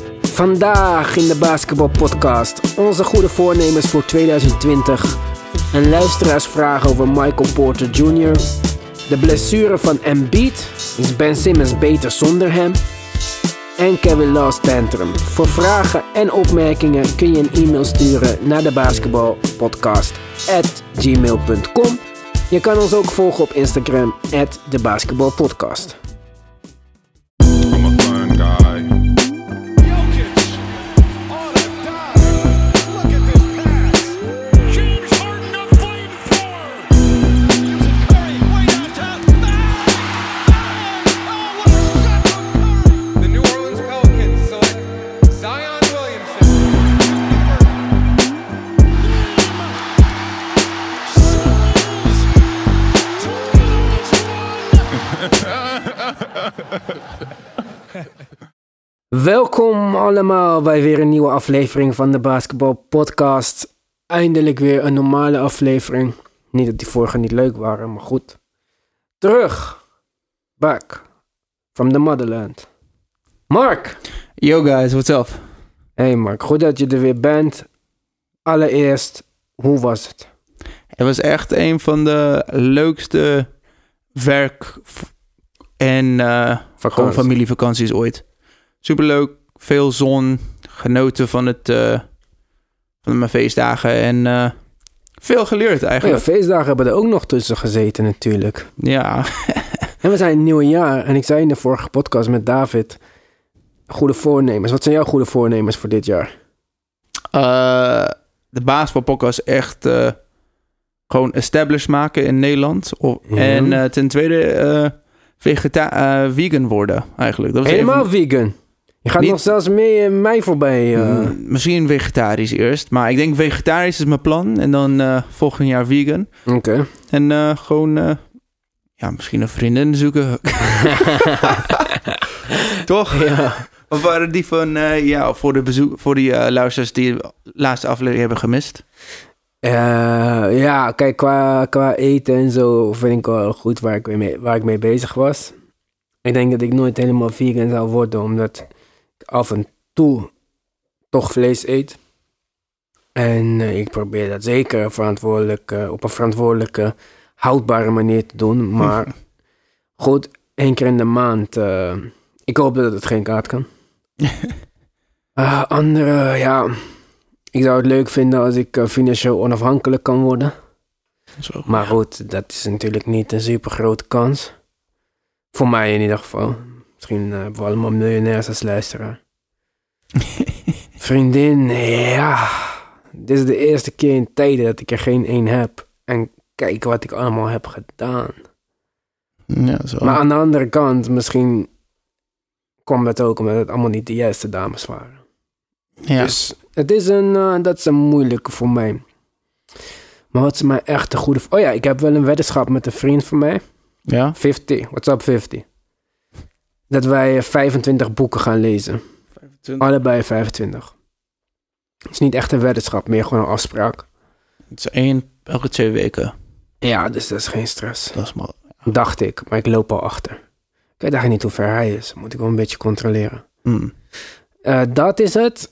Vandaag in de basketbalpodcast onze goede voornemens voor 2020. Een luisteraarsvraag over Michael Porter Jr. De blessure van Embiid. Is Ben Simmons beter zonder hem? En Kevin Love's tantrum. Voor vragen en opmerkingen kun je een e-mail sturen naar de basketbalpodcast@gmail.com. Je kan ons ook volgen op Instagram @debasketbalpodcast. Welkom allemaal bij weer een nieuwe aflevering van de Basketball Podcast. Eindelijk weer een normale aflevering. Niet dat die vorige niet leuk waren, maar goed. Terug. Back. From the motherland. Mark. Yo guys, what's up? Hey Mark, goed dat je er weer bent. Allereerst, hoe was het? Het was echt een van de leukste werk- en gewoon familievakanties ooit. Superleuk, veel zon, genoten van mijn feestdagen en veel geleerd eigenlijk. Ja, feestdagen hebben er ook nog tussen gezeten natuurlijk. Ja. En we zijn in het nieuwe jaar en ik zei in de vorige podcast met David, goede voornemens. Wat zijn jouw goede voornemens voor dit jaar? De basketbalpodcast echt gewoon established maken in Nederland. En ten tweede vegan worden eigenlijk. Dat was helemaal vegan? Je gaat nog zelfs mij voorbij. Misschien vegetarisch eerst. Maar ik denk vegetarisch is mijn plan. En dan volgend jaar vegan. Oké. En gewoon... misschien een vriendin zoeken. Toch? Ja. Of waren die van... voor die luisteraars die de laatste aflevering hebben gemist? Kijk, qua eten en zo vind ik wel goed waar ik mee bezig was. Ik denk dat ik nooit helemaal vegan zou worden, omdat ik af en toe toch vlees eet. En ik probeer dat zeker op een verantwoordelijke, houdbare manier te doen. Maar goed, 1 keer in de maand. Ik hoop dat het geen kwaad kan. Ik zou het leuk vinden als ik financieel onafhankelijk kan worden. Zo, maar goed, dat is natuurlijk niet een super grote kans. Voor mij in ieder geval. Misschien hebben we allemaal miljonairs als luisteraar. Vriendin, ja. Dit is de eerste keer in tijden dat ik er geen één heb. En kijk wat ik allemaal heb gedaan. Ja, zo. Maar aan de andere kant, misschien kwam dat ook omdat het allemaal niet de juiste dames waren. Ja. Dus dat is een moeilijke voor mij. Maar wat is mijn echte goede... Oh ja, ik heb wel een weddenschap met een vriend van mij. Ja? 50. What's up 50? Dat wij 25 boeken gaan lezen. 25. Allebei 25. Het is niet echt een weddenschap, meer gewoon een afspraak. Het is 1 elke 2 weken. Ja, dus dat is geen stress. Dat is maar... Dacht ik, maar ik loop al achter. Ik weet eigenlijk niet hoe ver hij is. Moet ik wel een beetje controleren. Dat is het.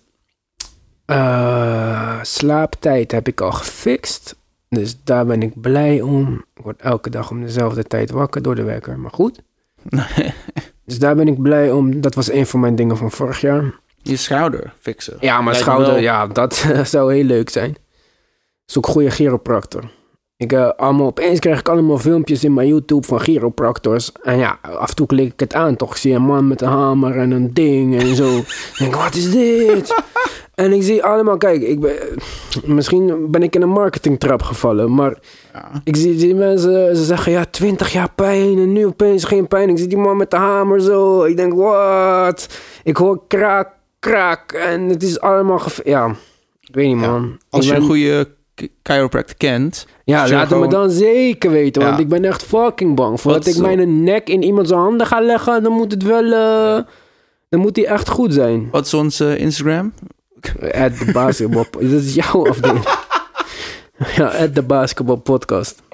Slaaptijd heb ik al gefixt. Dus daar ben ik blij om. Ik word elke dag om dezelfde tijd wakker door de wekker. Maar goed. Dus daar ben ik blij om. Dat was een van mijn dingen van vorig jaar. Je schouder fixen. Ja, mijn schouder. Ja, dat zou heel leuk zijn. Zoek goede chiropractor. Opeens krijg ik allemaal filmpjes in mijn YouTube van chiropractors. En ja, af en toe klik ik het aan. Toch zie je een man met een hamer en een ding en zo. Ik denk, wat is dit? En ik zie allemaal, kijk, misschien ben ik in een marketingtrap gevallen. Maar ik zie die mensen, ze zeggen, ja, 20 jaar pijn en nu opeens geen pijn. Ik zie die man met de hamer zo. Ik denk, wat? Ik hoor kraak, kraak. En het is allemaal, ik weet niet, man. Als je een goede chiropractor kent... Ja, laat het me dan zeker weten, want ik ben echt fucking bang. Voordat ik mijn nek in iemands handen ga leggen, dan moet het wel... Dan moet die echt goed zijn. Wat is ons Instagram? @basketball. Dat is jouw afdeling. Ja, @basketballpodcast.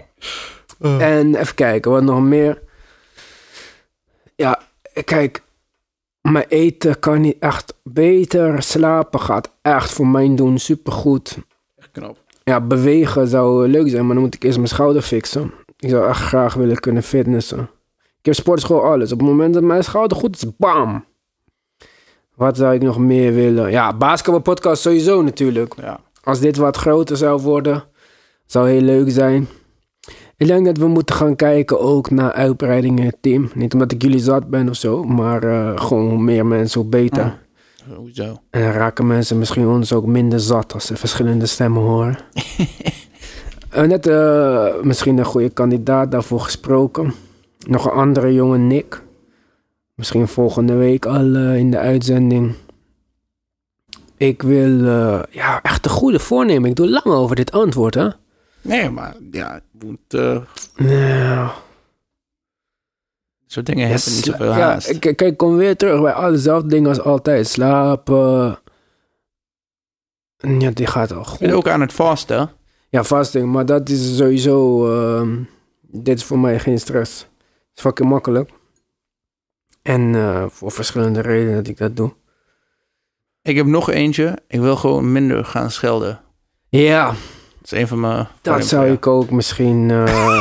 En even kijken, wat nog meer? Ja, kijk. mijn eten kan niet echt beter. Slapen gaat echt voor mijn doen supergoed. Echt knap. Ja, bewegen zou leuk zijn, maar dan moet ik eerst mijn schouder fixen. Ik zou echt graag willen kunnen fitnessen. Ik heb sportschool alles. Op het moment dat mijn schouder goed is, bam! Wat zou ik nog meer willen? Ja, basketbalpodcast sowieso natuurlijk. Ja. Als dit wat groter zou worden, zou heel leuk zijn. Ik denk dat we moeten gaan kijken ook naar uitbreidingen in het team. Niet omdat ik jullie zat ben of zo, maar gewoon hoe meer mensen, hoe beter. Sowieso. En dan raken mensen misschien ons ook minder zat als ze verschillende stemmen horen. Net misschien een goede kandidaat daarvoor gesproken. Nog een andere jongen, Nick. Misschien volgende week al in de uitzending. Ik wil echt een goede voornemen. Ik doe lang over dit antwoord, hè? Nee, maar ja, je moet... Ja. Soort dingen hebben niet zoveel haast. Kijk, ik kom weer terug bij alle dezelfde dingen als altijd. Slapen. Ja, die gaat al goed. En ook aan het vasten. Ja, fasting, maar dat is sowieso... dit is voor mij geen stress. Het is fucking makkelijk. En voor verschillende redenen dat ik dat doe. Ik heb nog eentje. Ik wil gewoon minder gaan schelden. Ja. Dat is een van mijn... Dat zou ik ook misschien...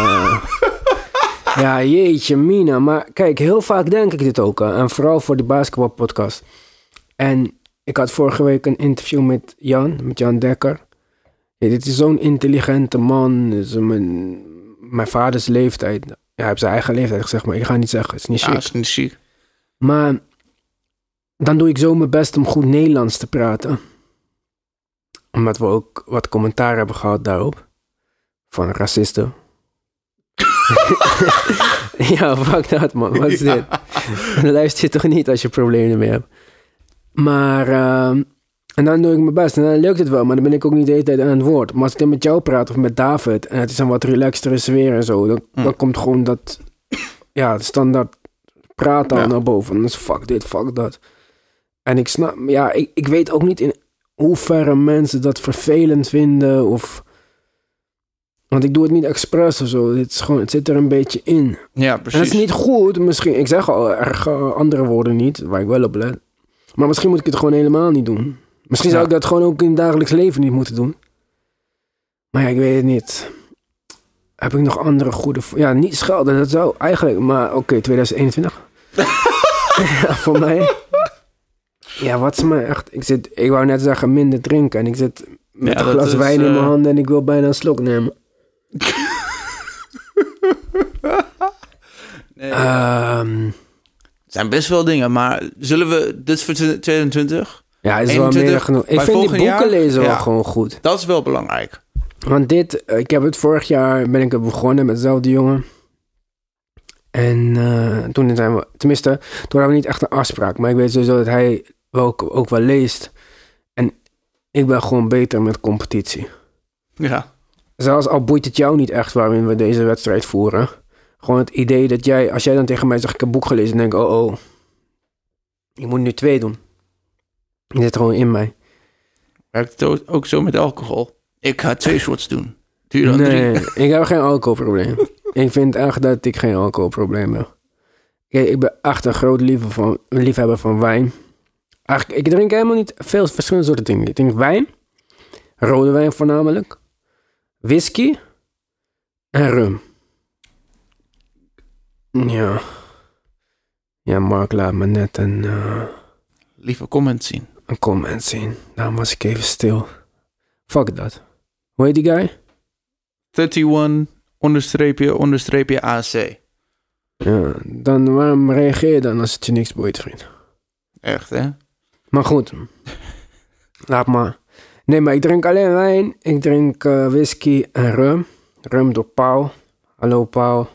ja, jeetje mina. Maar kijk, heel vaak denk ik dit ook. En vooral voor de basketbalpodcast. En ik had vorige week een interview met Jan Dekker. Ja, dit is zo'n intelligente man. Dus mijn vaders leeftijd. Ja, hij heeft zijn eigen leeftijd gezegd, maar ik ga niet zeggen. Het is niet chic. Ja, het is niet chic. Maar dan doe ik zo mijn best om goed Nederlands te praten. Omdat we ook wat commentaar hebben gehad daarop. Van racisten. Ja, fuck dat man. Wat is dit? Dan luister je toch niet als je problemen ermee hebt. Maar... en dan doe ik mijn best. En dan lukt het wel. Maar dan ben ik ook niet de hele tijd aan het woord. Maar als ik dan met jou praat of met David... en het is een wat relaxtere sfeer en zo... dan komt gewoon dat... ja, standaard praten al naar boven. En dan is fuck dit, fuck dat. En ik snap... ja, ik weet ook niet in hoeverre mensen dat vervelend vinden... of... want ik doe het niet expres of zo. Het is gewoon, het zit er een beetje in. Ja, precies. En dat is niet goed. Misschien, ik zeg al erg andere woorden niet... waar ik wel op let. Maar misschien moet ik het gewoon helemaal niet doen... Misschien zou ik dat gewoon ook in het dagelijks leven niet moeten doen. Maar ja, ik weet het niet. Heb ik nog andere goede... ja, niet schelden, dat zou eigenlijk... maar oké, 2021. Ja, voor mij... ja, wat is mij echt... ik wou net zeggen minder drinken. En ik zit met een glas wijn in mijn handen... en ik wil bijna een slok nemen. Nee, het zijn best wel dingen, maar zullen we... dit is voor 2020... Ja, het is wel meer genoeg. Ik vind die boeken lezen wel gewoon goed. Dat is wel belangrijk. Want ik heb het vorig jaar ben ik begonnen met dezelfde jongen. En toen zijn we, tenminste, toen hadden we niet echt een afspraak. Maar ik weet sowieso dat hij ook wel leest. En ik ben gewoon beter met competitie. Ja. Zelfs al boeit het jou niet echt waarin we deze wedstrijd voeren. Gewoon het idee dat jij, als jij dan tegen mij zegt ik heb een boek gelezen, dan denk ik, oh, ik moet nu 2 doen. Het zit gewoon in mij. Werkt het ook zo met alcohol? Ik ga 2 shots doen. Duur dan 3. Nee, ik heb geen alcoholprobleem. Ik vind echt dat ik geen alcoholprobleem heb. Kijk, ik ben echt een groot liefhebber van wijn. Eigenlijk, ik drink helemaal niet veel verschillende soorten dingen. Ik drink wijn, rode wijn voornamelijk, whisky en rum. Ja. Ja, Mark laat me net Lieve comment zien. Een comment zien. Daarom was ik even stil. Fuck dat. Hoe heet die guy? 31__AC. Ja, dan waarom reageer je dan als het je niks boeit, vriend? Echt, hè? Maar goed. Laat maar. Nee, maar ik drink alleen wijn. Ik drink whisky en rum. Rum door Paul. Hallo Paul.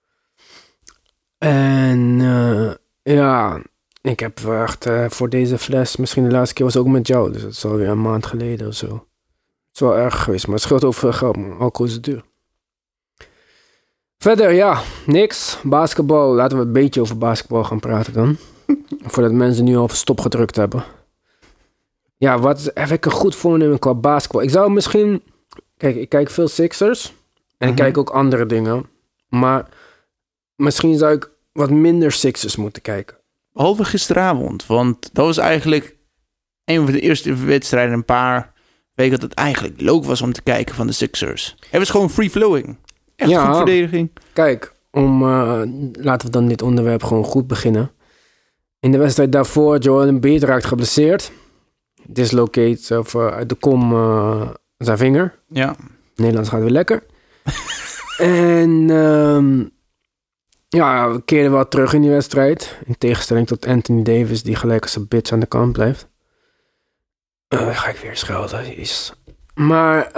En ja... Ik heb echt voor deze fles... Misschien de laatste keer was ook met jou. Dus dat is alweer een maand geleden of zo. Het is wel erg geweest. Maar het scheelt ook veel geld, man. Alcohol is duur. Verder, ja. Niks. Basketbal. Laten we een beetje over basketbal gaan praten dan. Voordat mensen nu al stop gedrukt hebben. Ja, heb ik een goed voornemen qua basketbal? Ik zou misschien... Kijk, ik kijk veel Sixers. En ik kijk ook andere dingen. Maar misschien zou ik wat minder Sixers moeten kijken. Behalve gisteravond. Want dat was eigenlijk een van de eerste wedstrijden een paar weken dat het eigenlijk leuk was om te kijken van de Sixers. Het was gewoon free-flowing. Echt goed verdediging. Kijk, laten we dan dit onderwerp gewoon goed beginnen. In de wedstrijd daarvoor, Joel Embiid raakt geblesseerd. Dislocate of uit de kom zijn vinger. Ja. Nederlands gaat weer lekker. En we keerden wel terug in die wedstrijd. In tegenstelling tot Anthony Davis, die gelijk als een bitch aan de kant blijft. Ga ik weer schelden, jezus. Maar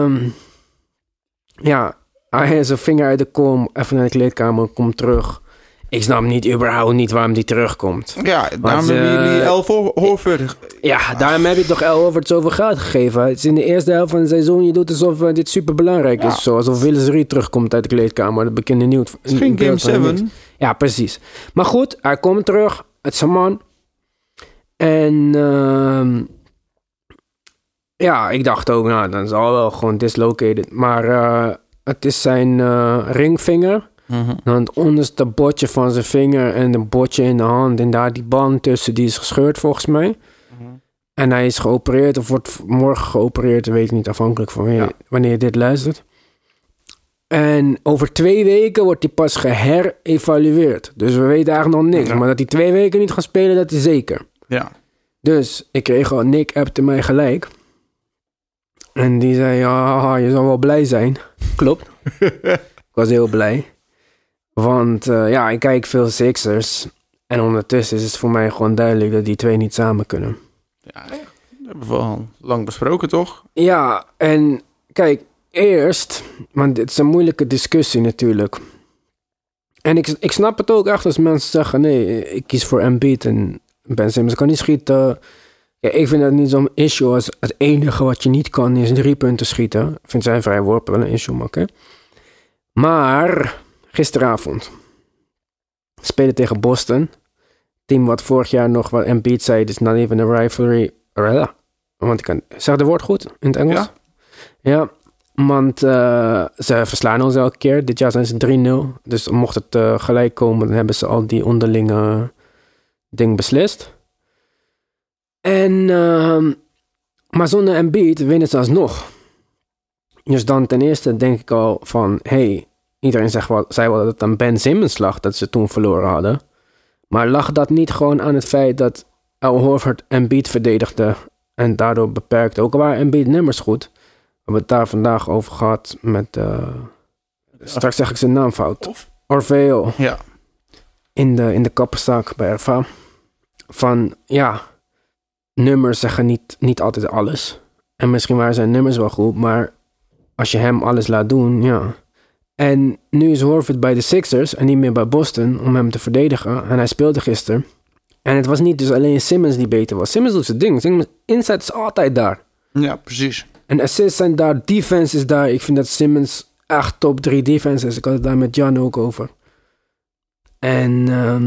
hij heeft zijn vinger uit de kom, even naar de kleedkamer, komt terug. Ik snap überhaupt niet waarom die terugkomt. Ja, daarom hebben jullie Al Horford. Ja, daarom heb je toch Al Horford zoveel geld gegeven. Het is in de eerste helft van het seizoen, je doet alsof dit super belangrijk is. Zo, alsof Willis Reed terugkomt uit de kleedkamer. Dat bekende nieuws. Het is geen Game 7. Ja, precies. Maar goed, hij komt terug. Het is een man. En ik dacht ook, dan zal wel gewoon dislocated. Maar het is zijn ringvinger. Mm-hmm. Dan het onderste botje van zijn vinger en een botje in de hand. En daar die band tussen, die is gescheurd volgens mij. Mm-hmm. En hij is geopereerd of wordt morgen geopereerd. Dat weet ik niet, afhankelijk van wanneer je dit luistert. En over 2 weken wordt hij pas geherevalueerd. Dus we weten eigenlijk nog niks. Ja. Maar dat hij 2 weken niet gaat spelen, dat is zeker. Ja. Dus ik kreeg al, Nick appte mij gelijk. En die zei, je zal wel blij zijn. Klopt. Ik was heel blij. Want ik kijk veel Sixers. En ondertussen is het voor mij gewoon duidelijk dat die 2 niet samen kunnen. Ja, dat hebben we al lang besproken, toch? Ja, en kijk, eerst, want dit is een moeilijke discussie natuurlijk. En ik snap het ook echt als mensen zeggen, nee, ik kies voor Embiid en Ben Simmons kan niet schieten. Ja, ik vind dat niet zo'n issue als het enige wat je niet kan is 3 punten schieten. Ik vind zijn vrije worpen wel een issue maken. Maar gisteravond spelen tegen Boston. Team wat vorig jaar nog wat Embiid zei, het is not even a rivalry. Want ik kan, zeg de woord goed in het Engels? Ja, want ze verslaan ons elke keer. Dit jaar zijn ze 3-0. Dus mocht het gelijk komen, dan hebben ze al die onderlinge ding beslist. En maar zonder Embiid winnen ze alsnog. Dus dan ten eerste denk ik al van, iedereen zei wel dat het aan Ben Simmons lag dat ze toen verloren hadden. Maar lag dat niet gewoon aan het feit dat Al Horford Embiid verdedigde en daardoor beperkte? Ook al waren Embiid nummers goed. We hebben het daar vandaag over gehad met, straks zeg ik zijn naam fout. Orfeo. Ja. In de kappenzaak bij RFA. Van, nummers zeggen niet altijd alles. En misschien waren zijn nummers wel goed, maar als je hem alles laat doen, En nu is Horford bij de Sixers en niet meer bij Boston om hem te verdedigen. En hij speelde gisteren. En het was niet dus alleen Simmons die beter was. Simmons doet zijn ding. Simmons inside is altijd daar. Ja, precies. En assists zijn daar, defense is daar. Ik vind dat Simmons echt top 3 defense is. Ik had het daar met Jan ook over. En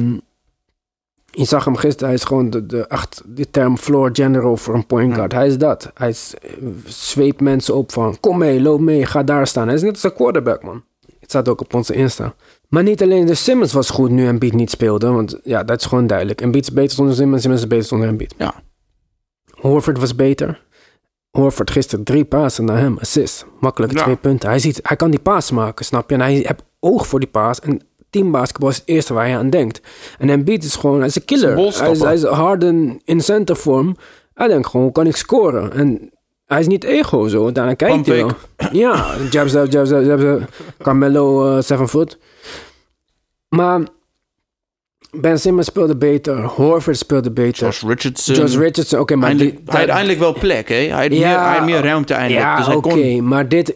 je zag hem gisteren. Hij is gewoon de term floor general voor een point guard. Hij is dat. Hij zweept mensen op van, kom mee, loop mee, ga daar staan. Hij is net als een quarterback, man. Het staat ook op onze Insta. Maar niet alleen de Simmons was goed nu Embiid niet speelde. Want dat is gewoon duidelijk. Embiid is beter zonder Simmons, Simmons is beter zonder Embiid. Ja. Horford was beter. Horford gisteren 3 passen naar hem, assist. Makkelijk 2 punten. Hij kan die paas maken, snap je? En hij heeft oog voor die paas. En teambasketbal is het eerste waar je aan denkt. En Embiid is gewoon, hij is een killer. Hij is Harden in centervorm. Hij denkt gewoon, hoe kan ik scoren? En hij is niet ego zo. Daarna kijkt hij wel. Ja, jab. Carmelo 7 foot. Maar Ben Simmons speelde beter. Horford speelde beter. Josh Richardson. Oké, maar hij had eindelijk wel plek, hè? Hij had meer ruimte eindelijk. Ja, dus oké. Maar dit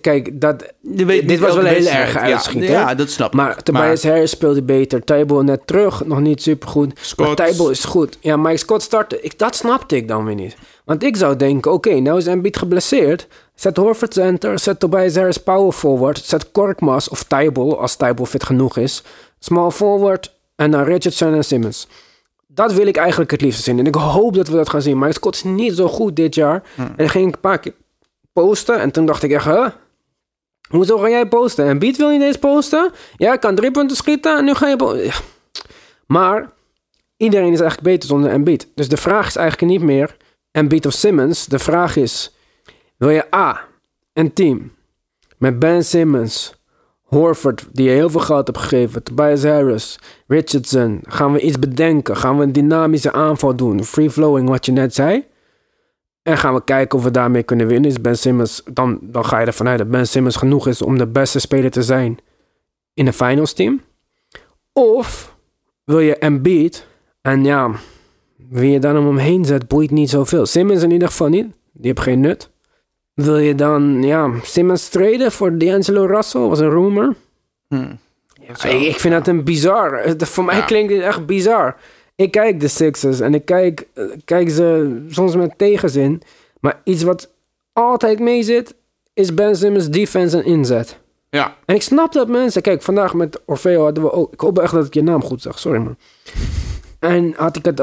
was wel heel erg uitschieten. Ja, dat snap ik. Maar Tobias Harris speelde beter. Thybulle net terug. Nog niet supergoed. Maar Thybulle is goed. Ja, Mike Scott startte. Dat snapte ik dan weer niet. Want ik zou denken, oké, nou is Embiid geblesseerd. Zet Horford center. Zet Tobias Harris power forward. Zet Korkmaz of Thybulle, als Thybulle fit genoeg is. Small forward. En dan Richardson en Simmons. Dat wil ik eigenlijk het liefst zien. En ik hoop dat we dat gaan zien. Maar Scott is niet zo goed dit jaar. En dan ging ik een paar keer posten. En toen dacht ik echt, hoezo ga jij posten? En Beat wil niet eens posten? Ja, ik kan 3 punten schieten. En nu ga je posten. Maar iedereen is eigenlijk beter zonder Embiid. Dus de vraag is eigenlijk niet meer Embiid of Simmons. De vraag is, wil je A, een team met Ben Simmons, Horford, die je heel veel geld hebt gegeven, Tobias Harris, Richardson. Gaan we iets bedenken? Gaan we een dynamische aanval doen? Free-flowing, wat je net zei. En gaan we kijken of we daarmee kunnen winnen. Is Ben Simmons, dan ga je ervan uit dat Ben Simmons genoeg is om de beste speler te zijn in een finals team. Of wil je Embiid en ja, wie je dan om hem heen zet, boeit niet zoveel. Simmons in ieder geval niet. Die heeft geen nut. Wil je dan Simmons traden voor D'Angelo Russell? Was een rumor. Ja, ik vind dat een bizar. Voor mij klinkt dit echt bizar. Ik kijk de Sixers en ik kijk ze soms met tegenzin. Maar iets wat altijd mee zit, is Ben Simmons defense en inzet. Ja. En ik snap dat mensen... Kijk, vandaag met Orfeo hadden we ook... Ik hoop echt dat ik je naam goed zag. Sorry, man. En had ik het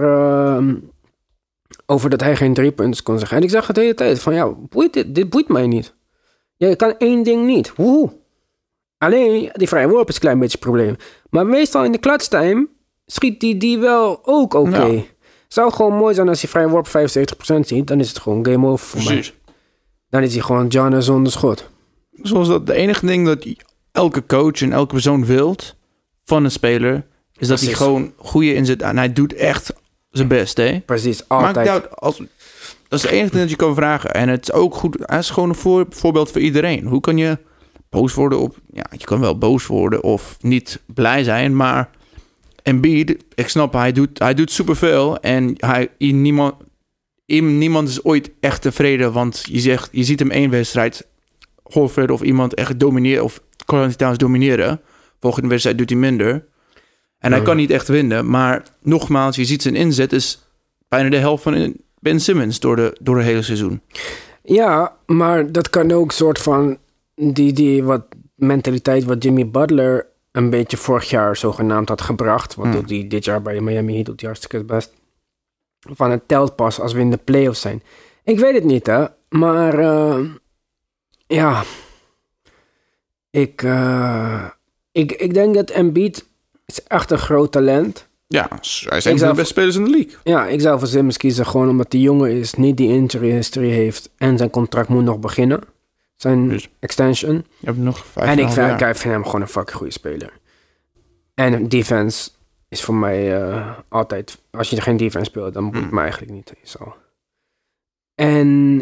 over dat hij geen 3-punters kon zeggen. En ik zeg het de hele tijd van... Ja, dit boeit mij niet. Je kan één ding niet. Woehoe. Alleen, die vrije worp is een klein beetje een probleem. Maar meestal in de clutch time schiet die wel ook oké. Ja. Zou het gewoon mooi zijn als hij vrije worp 75% ziet. Dan is het gewoon game over voor mij. Dan is hij gewoon John zonder schot. Zoals dat de enige ding dat elke coach en elke persoon wilt van een speler, is dat hij gewoon goede inzet en hij doet echt zijn best, hè? Precies, altijd. Dat is het enige ding dat je kan vragen. En het is ook goed, hij is gewoon een voorbeeld voor iedereen. Hoe kan je boos worden op... Ja, je kan wel boos worden of niet blij zijn, maar Embiid, ik snap, hij doet superveel en niemand is ooit echt tevreden, want je ziet hem één wedstrijd Horford of iemand echt domineren of Carl-Anthony domineren. Volgende wedstrijd doet hij minder. En hij kan niet echt winnen. Maar nogmaals, je ziet zijn inzet is bijna de helft van Ben Simmons door het hele seizoen. Ja, maar dat kan ook soort van die mentaliteit wat Jimmy Butler een beetje vorig jaar zogenaamd had gebracht. Wat doet hij dit jaar bij Miami Heat, doet hij hartstikke het best. Van het telt pas als we in de playoffs zijn. Ik weet het niet, hè. Maar ja, ik denk dat Embiid is echt een groot talent. Ja, hij is een van de beste spelers in de league. Ja, ik zou voor Simmons kiezen gewoon omdat hij jonger is, niet die injury history heeft en zijn contract moet nog beginnen. Zijn extension. Je hebt nog 5 en ik vind hem gewoon een fucking goede speler. En defense is voor mij altijd... Als je geen defense speelt, dan boeit me eigenlijk niet. Zo. En...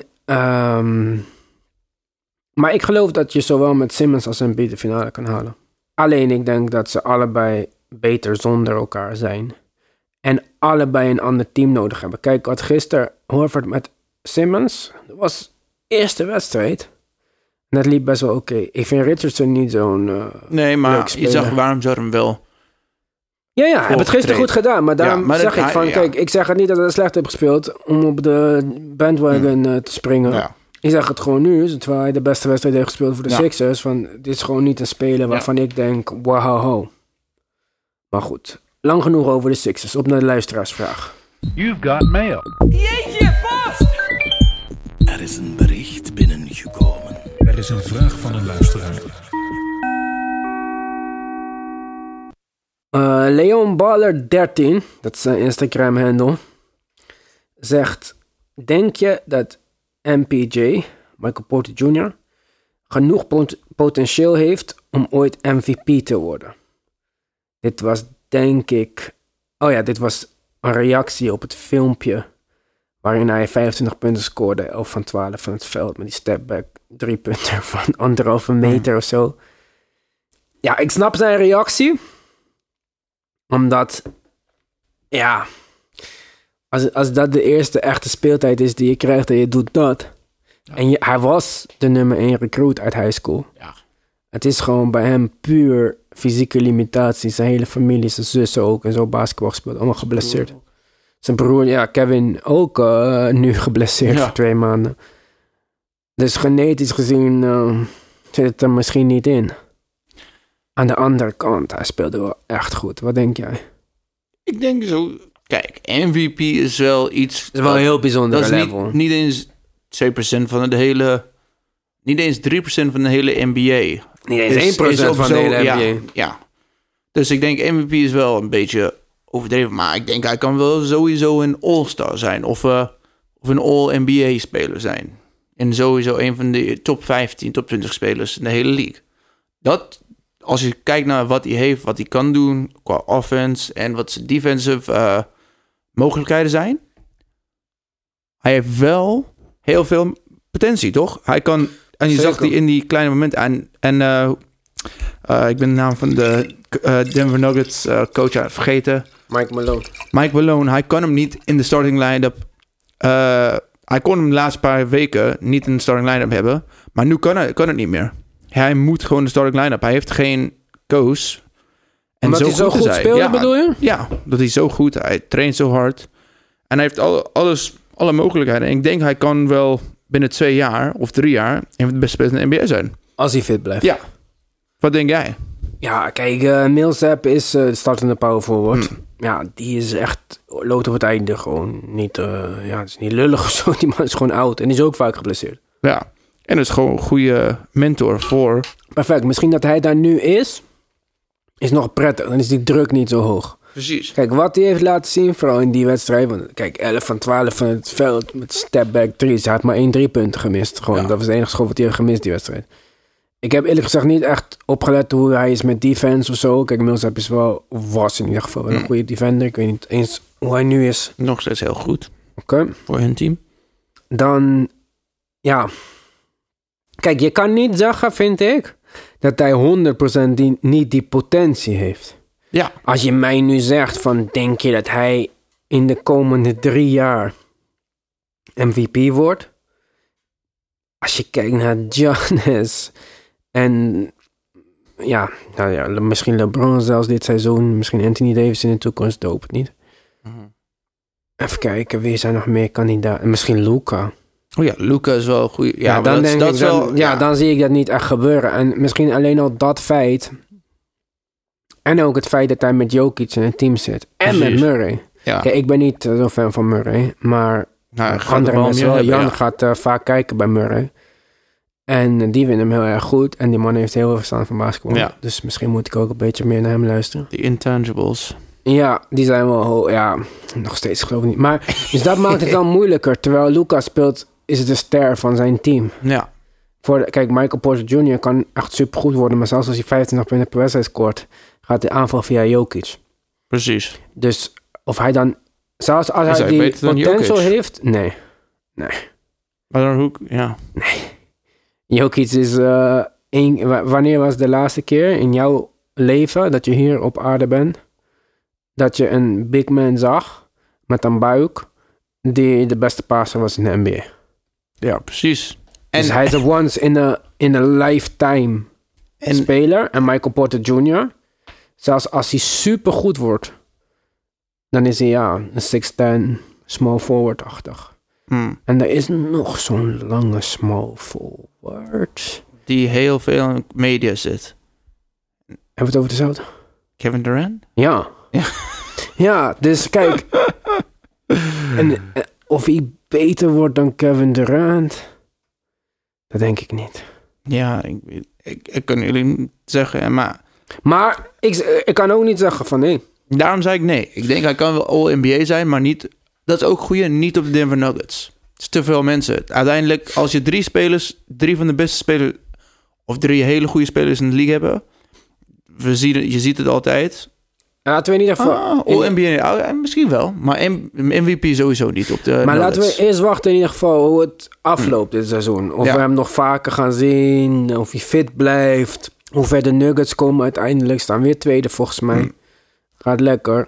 maar ik geloof dat je zowel met Simmons als Embiid de finale kan halen. Alleen ik denk dat ze allebei beter zonder elkaar zijn. En allebei een ander team nodig hebben. Kijk, wat gisteren Horford met Simmons... Dat was de eerste wedstrijd. En dat liep best wel oké. Ik vind Richardson niet zo'n nee, maar je zag waarom zou hem wel... Ja, hij heeft het gisteren goed gedaan. Maar daarom zeg ik van... Kijk, ik zeg het niet dat hij slecht heeft gespeeld... om op de bandwagon te springen. Ja. Ik zeg het gewoon nu, terwijl hij de beste wedstrijd heeft gespeeld voor de Sixers. Van, dit is gewoon niet een speler waarvan ik denk, wow. Maar goed, lang genoeg over de Sixers. Op naar de luisteraarsvraag. You've got mail. Jeetje, post! Er is een bericht binnengekomen. Er is een vraag van een luisteraar. Leon Baller 13, dat is zijn Instagram-handle, zegt... Denk je dat MPJ, Michael Porter Jr., genoeg potentieel heeft om ooit MVP te worden? Dit was, denk ik... dit was een reactie op het filmpje waarin hij 25 punten scoorde, 11 van 12 van het veld, met die stepback 3-punter van 1,5 meter of zo. Ja, ik snap zijn reactie. Omdat, ja... Als dat de eerste echte speeltijd is die je krijgt en je doet dat. Ja. En hij was de nummer 1 recruit uit high school. Ja. Het is gewoon bij hem puur fysieke limitatie. Zijn hele familie, zijn zussen ook en zo basketbal gespeeld. Allemaal geblesseerd. Zijn broer, Kevin, ook nu geblesseerd voor 2 maanden. Dus genetisch gezien zit het er misschien niet in. Aan de andere kant, hij speelde wel echt goed. Wat denk jij? Ik denk zo... Kijk, MVP is wel iets... Dat is wel een heel bijzonder level. Dat is niet eens 2% van de hele... Niet eens 3% van de hele NBA. Niet eens 1% van de hele NBA. Ja. Dus ik denk MVP is wel een beetje overdreven. Maar ik denk, hij kan wel sowieso een all-star zijn. Of een all-NBA-speler zijn. En sowieso een van de top 15, top 20 spelers in de hele league. Dat, als je kijkt naar wat hij heeft, wat hij kan doen qua offense en wat zijn defensive mogelijkheden zijn. Hij heeft wel heel veel potentie, toch? Hij kan, en je zag die in die kleine momenten. Ik ben de naam van de Denver Nuggets coach aan het vergeten. Mike Malone, hij kan hem niet in de starting line-up. Hij kon hem de laatste paar weken niet in de starting line-up hebben. Maar nu kan het niet meer. Hij moet gewoon de starting line-up. Hij heeft geen coach. En omdat hij zo goed speelde, bedoel je? Ja, dat hij zo goed. Hij traint zo hard. En hij heeft alle mogelijkheden. En ik denk hij kan wel binnen 2 jaar of 3 jaar een van de beste spelers in de NBA zijn. Als hij fit blijft. Ja. Wat denk jij? Ja, kijk, Millsap is de startende power forward. Ja, die is echt lood op het einde gewoon niet... het is niet lullig of zo. Die man is gewoon oud en die is ook vaak geblesseerd. Ja, en is gewoon een goede mentor voor... Perfect. Misschien dat hij daar nu is nog prettig. Dan is die druk niet zo hoog. Precies. Kijk, wat hij heeft laten zien, vooral in die wedstrijd. Want kijk, 11 van 12 van het veld met step-back 3's. Hij had maar 1 3-punt gemist. Gewoon. Ja. Dat was de enige schot wat hij heeft gemist, die wedstrijd. Ik heb eerlijk gezegd niet echt opgelet hoe hij is met defense of zo. Kijk, Millsap was in ieder geval wel een goede defender. Ik weet niet eens hoe hij nu is. Nog steeds heel goed. Oké. Voor hun team. Dan, ja. Kijk, je kan niet zeggen, vind ik, dat hij 100% niet die potentie heeft. Ja. Als je mij nu zegt van, denk je dat hij in de komende 3 jaar MVP wordt? Als je kijkt naar Giannis en misschien LeBron zelfs dit seizoen, misschien Anthony Davis in de toekomst, doop het niet. Even kijken, wie zijn nog meer kandidaten? Misschien Luka. Oh ja, Luka is wel een goede. Ja, dan zie ik dat niet echt gebeuren. En misschien alleen al dat feit. En ook het feit dat hij met Jokic in het team zit. En met Murray. Ja. Kijk, ik ben niet zo fan van Murray. Maar andere mensen wel. Jan gaat vaak kijken bij Murray. En die vinden hem heel erg goed. En die man heeft heel veel verstand van basketbal. Ja. Dus misschien moet ik ook een beetje meer naar hem luisteren. Die intangibles. Ja, die zijn wel... nog steeds geloof ik niet. Maar, dus dat maakt het wel moeilijker. Terwijl Luka speelt, is het de ster van zijn team. Ja. Kijk, Michael Porter Jr. kan echt supergoed worden. Maar zelfs als hij 25 punten per wedstrijd scoort, gaat de aanval via Jokic. Precies. Dus of hij dan... Zelfs als hij die potential heeft... Nee. Maar dan hoe... Ja. Nee. Jokic is... wanneer was de laatste keer in jouw leven dat je hier op aarde bent, dat je een big man zag met een buik die de beste passer was in de NBA? Ja, precies. Dus hij is een once in a lifetime speler. En Michael Porter Jr., zelfs als hij super goed wordt, dan is hij een 6'10 small forward-achtig. En er is nog zo'n lange small forward die heel veel in media zit. Hebben we het over dezelfde? Kevin Durant? Ja. Ja, dus kijk. En of hij beter wordt dan Kevin Durant, dat denk ik niet. Ja, ik kan jullie niet zeggen, maar ik kan ook niet zeggen van nee. Daarom zei ik nee. Ik denk hij kan wel All-NBA zijn, maar niet... Dat is ook goeie, niet op de Denver Nuggets. Het is te veel mensen. Uiteindelijk, als je 3 van de beste spelers, of 3 hele goede spelers in de league hebben, je ziet het altijd. Laten we in ieder geval... All-NBA, misschien wel. Maar MVP sowieso niet op de Maar Nuggets. laten we eerst wachten in ieder geval hoe het afloopt dit seizoen. Of we hem nog vaker gaan zien. Of hij fit blijft. Hoe ver de Nuggets komen uiteindelijk. Staan weer tweede volgens mij. Gaat lekker.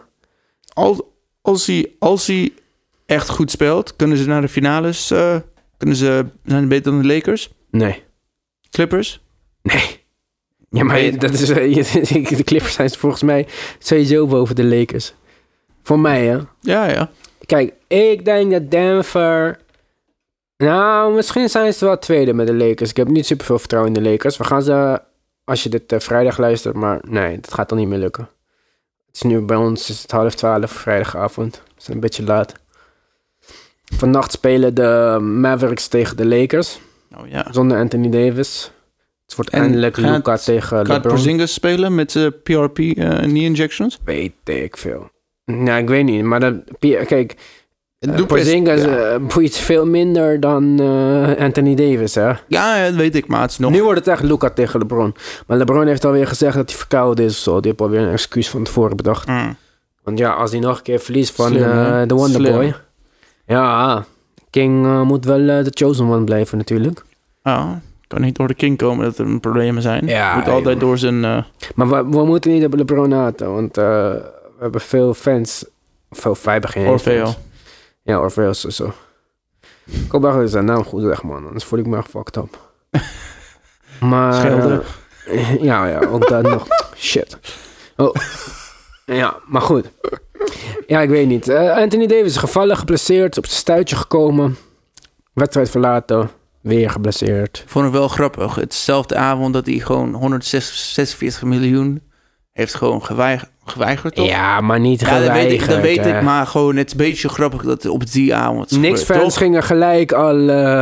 Als hij echt goed speelt, kunnen ze naar de finales... zijn ze beter dan de Lakers? Nee. Clippers? Nee. Ja, maar dat is, de Clippers zijn volgens mij sowieso boven de Lakers. Voor mij, hè? Ja. Kijk, ik denk dat Denver... Nou, misschien zijn ze wel tweede met de Lakers. Ik heb niet super veel vertrouwen in de Lakers. We gaan ze, als je dit vrijdag luistert, maar nee, dat gaat dan niet meer lukken. Het is nu bij ons, is het 11:30 vrijdagavond. Dat is een beetje laat. Vannacht spelen de Mavericks tegen de Lakers. Oh ja. Zonder Anthony Davis. Het wordt eindelijk Luka tegen LeBron. Gaat Porzingis spelen met PRP knee injections? Weet ik veel. Nou, ik weet niet. Maar kijk, Doe Porzingis best, boeit veel minder dan Anthony Davis, hè? Ja, dat weet ik, maar het is nog... Nu wordt het echt Luka tegen LeBron. Maar LeBron heeft alweer gezegd dat hij verkouden is of zo. Die heeft alweer een excuus van tevoren bedacht. Want ja, als hij nog een keer verliest van de Wonderboy... Ja, King moet wel de chosen one blijven natuurlijk. Ja, kan niet door de King komen dat er problemen zijn. Ja, moet altijd door zijn... Maar we moeten niet op LeBron haten, want we hebben veel fans. Wij hebben geen Orfeo. fans. Ja, Orfeo is zo. Ik hoop echt dat zijn naam goed zeg, man. Anders voel ik me echt fucked up. Maar... Schelden. Ja, ook dat nog. Shit. Oh. Ja, maar goed. Ja, ik weet niet. Anthony Davis is gevallen, geblesseerd, op zijn stuitje gekomen. Wedstrijd verlaten, weer geblesseerd. Ik vond het wel grappig. Hetzelfde avond dat hij gewoon 146 miljoen heeft gewoon geweigerd, toch? Ja, maar niet Ja, geweigerd. dat weet ik, maar gewoon het is een beetje grappig dat het op die avond is Niks gebeurd, fans toch? gingen gelijk al...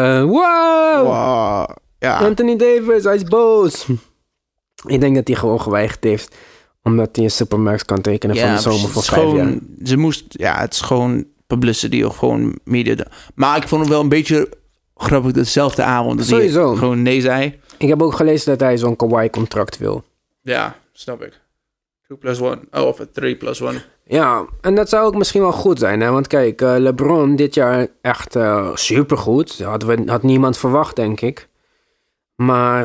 wow! Wow. Ja. Anthony Davis, hij is boos. Ik denk dat hij gewoon geweigerd heeft. Omdat hij een supermax kan tekenen van de zomer van 5 jaar. Het is gewoon publicity of gewoon media. Maar ik vond het wel een beetje grappig dezelfde avond dat Sowieso. hij gewoon nee zei. Ik heb ook gelezen dat hij zo'n Kawhi-contract wil. Ja, snap ik. 2+1. Of 3+1. Ja, en dat zou ook misschien wel goed zijn. Hè? Want kijk, LeBron dit jaar echt supergoed. Had niemand verwacht, denk ik. Maar...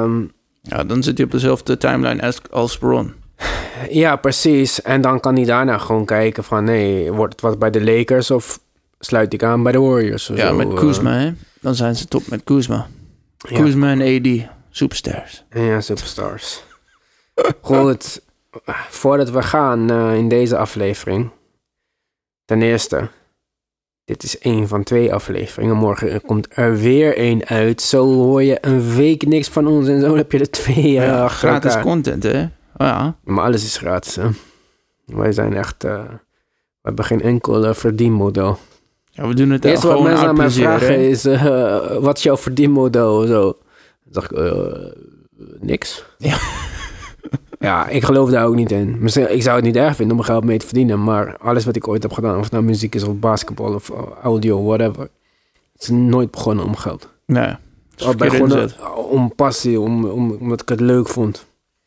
Ja, dan zit hij op dezelfde timeline als Bron. ja, precies. En dan kan hij daarna gewoon kijken van... nee, wordt het wat bij de Lakers of sluit ik aan bij de Warriors? Of Ja, zo, met Kuzma, hè. Dan zijn ze top met Kuzma. Ja. Kuzma en AD. Superstars. Ja, superstars. Goed, voordat we gaan in deze aflevering. Ten eerste, dit is 1 van 2 afleveringen. Morgen komt er weer 1 uit. Zo hoor je een week niks van ons en zo heb je er 2 achter gratis elkaar. content, hè. Ja. Maar alles is gratis, hè. Wij zijn echt... we hebben geen enkel verdienmodel. Ja, we doen het Het eerste wat gewoon mensen aan mij uitplezier, vragen hè. is... wat is jouw verdienmodel? Zo. Dan zeg ik... niks. Ja. Ja, ik geloof daar ook niet in. Misschien, ik zou het niet erg vinden om er geld mee te verdienen. Maar alles wat ik ooit heb gedaan... of het nou muziek is of basketbal of audio, whatever... het is nooit begonnen om geld. Nee. dat is Het is verkeerd begonnen inzet. om passie, omdat ik het leuk vond.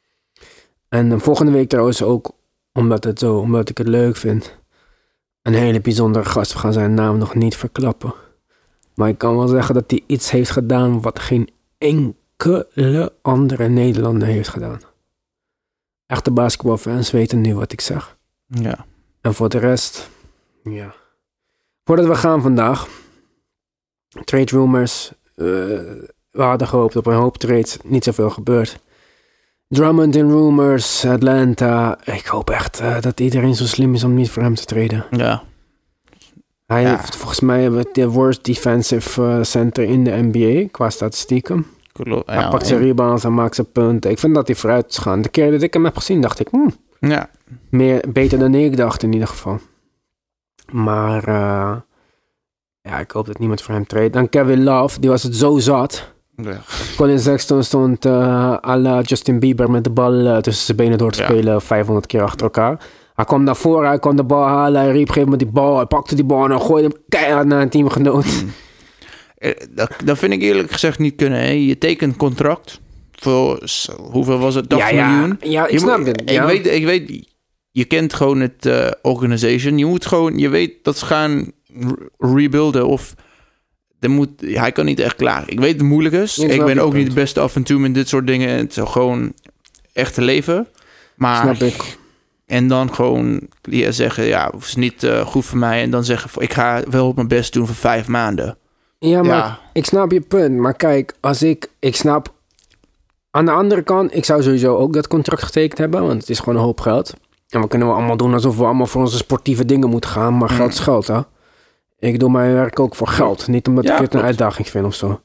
En volgende week trouwens ook... omdat ik het leuk vind... een hele bijzondere gast. We gaan zijn naam nog niet verklappen. Maar ik kan wel zeggen dat hij iets heeft gedaan... wat geen enkele andere Nederlander heeft gedaan. Echte basketbalfans weten nu wat ik zeg. Ja. En voor de rest... ja. Voordat we gaan vandaag... trade rumors... we hadden gehoopt op een hoop trades. Niet zoveel gebeurd. Drummond in rumors... Atlanta... Ik hoop echt dat iedereen zo slim is om niet voor hem te traden. Ja. Hij Ja. heeft volgens mij de worst defensive center in de NBA... qua statistieken. Hij pakt zijn rebounds en maakt zijn punten. Ik vind dat hij vooruit is gaan. De keer dat ik hem heb gezien, dacht ik... Ja. beter dan ik dacht in ieder geval. Maar... ja, ik hoop dat niemand voor hem trade. Dan Kevin Love, die was het zo zat. Ja. Colin Sexton stond à la Justin Bieber met de bal tussen zijn benen door te spelen 500 keer achter elkaar. Hij kwam naar voren, hij kon de bal halen, hij riep op een gegeven moment die bal, hij pakte die bal en hij gooide hem keihard naar een teamgenoot. Dat vind ik eerlijk gezegd niet kunnen. Hè. Je tekent contract voor, hoeveel was het? 80 miljoen? Ja, ik snap het. Ja. Ik weet, je kent gewoon het organization. Je moet gewoon, je weet dat ze gaan rebuilden of... hij kan niet echt klaar. Ik weet het moeilijk is. Ik ben ook niet de beste af en toe met dit soort dingen. Het is gewoon echt te leven. Maar, snap ik. En dan gewoon zeggen, ja, het is niet goed voor mij. En dan zeggen, ik ga wel op mijn best doen voor 5 maanden. Ja, maar ik snap je punt. Maar kijk, als ik snap... Aan de andere kant, ik zou sowieso ook dat contract getekend hebben. Want het is gewoon een hoop geld. En we kunnen wel allemaal doen alsof we allemaal voor onze sportieve dingen moeten gaan. Maar geld is geld, hè. Ik doe mijn werk ook voor geld. Niet omdat ik het een uitdaging vind of zo.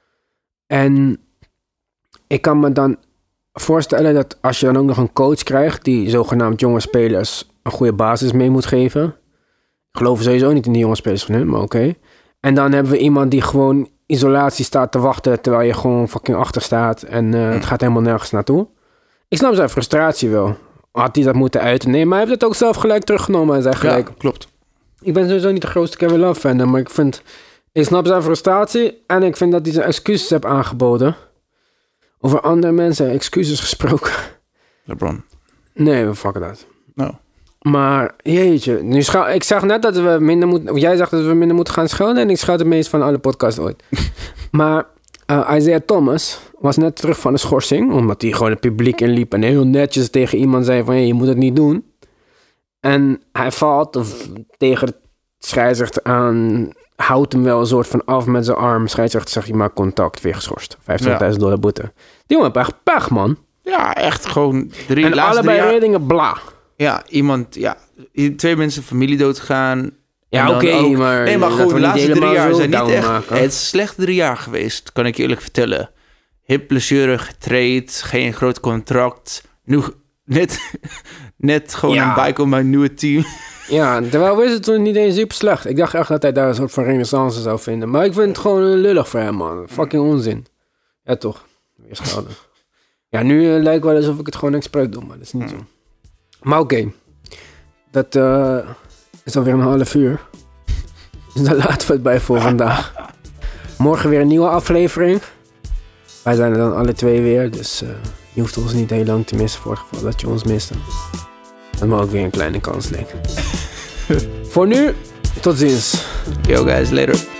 En ik kan me dan voorstellen dat als je dan ook nog een coach krijgt... die zogenaamd jonge spelers een goede basis mee moet geven. Ik geloof sowieso niet in die jonge spelers van hem, maar oké. En dan hebben we iemand die gewoon isolatie staat te wachten... terwijl je gewoon fucking achter staat. En het gaat helemaal nergens naartoe. Ik snap zijn frustratie wel. had hij dat moeten uiten. Nee, maar hij heeft het ook zelf gelijk teruggenomen en zei gelijk... Ja, klopt. Ik ben sowieso niet de grootste Kevin Love fan, maar ik snap zijn frustratie en ik vind dat hij zijn excuses heeft aangeboden. Over andere mensen excuses gesproken. LeBron. Nee, we fucken dat. Nou. Maar, jeetje. Ik zag net dat we minder moeten... Jij zegt dat we minder moeten gaan schelden en ik scheld het meest van alle podcasts ooit. Maar Isaiah Thomas was net terug van de schorsing, omdat hij gewoon het publiek inliep en heel netjes tegen iemand zei van, je moet het niet doen. En hij valt tegen de scheidsrechter aan, houdt hem wel een soort van af met zijn arm. Scheidsrechter zegt, je maakt contact, weer geschorst. $25,000 boete. Die jongen heeft echt pech, man. Ja, echt gewoon en allebei redingen, bla. Ja, iemand, 2 mensen familie doodgaan. Ja, oké, maar... Nee, maar gewoon de laatste 3 jaar zijn niet echt... Maken. Het is slecht 3 jaar geweest, kan ik je eerlijk vertellen. Hip blessure, getraind, geen groot contract. Nu net gewoon een bike op mijn nieuwe team. Ja, terwijl is het toen niet eens super slecht. Ik dacht echt dat hij daar een soort van renaissance zou vinden. Maar ik vind het gewoon lullig voor hem, man. Fucking onzin. Ja, toch. Weer schade. Ja, nu lijkt wel alsof ik het gewoon expres doe, maar dat is niet zo. Maar oké. Dat is alweer een half uur. Dus daar laten we het bij voor vandaag. Morgen weer een nieuwe aflevering. Wij zijn er dan alle 2 weer, dus je hoeft ons niet heel lang te missen voor het geval dat je ons mist. Dat mag ook weer een kleine kans leek. Voor nu, tot ziens. Yo guys, later.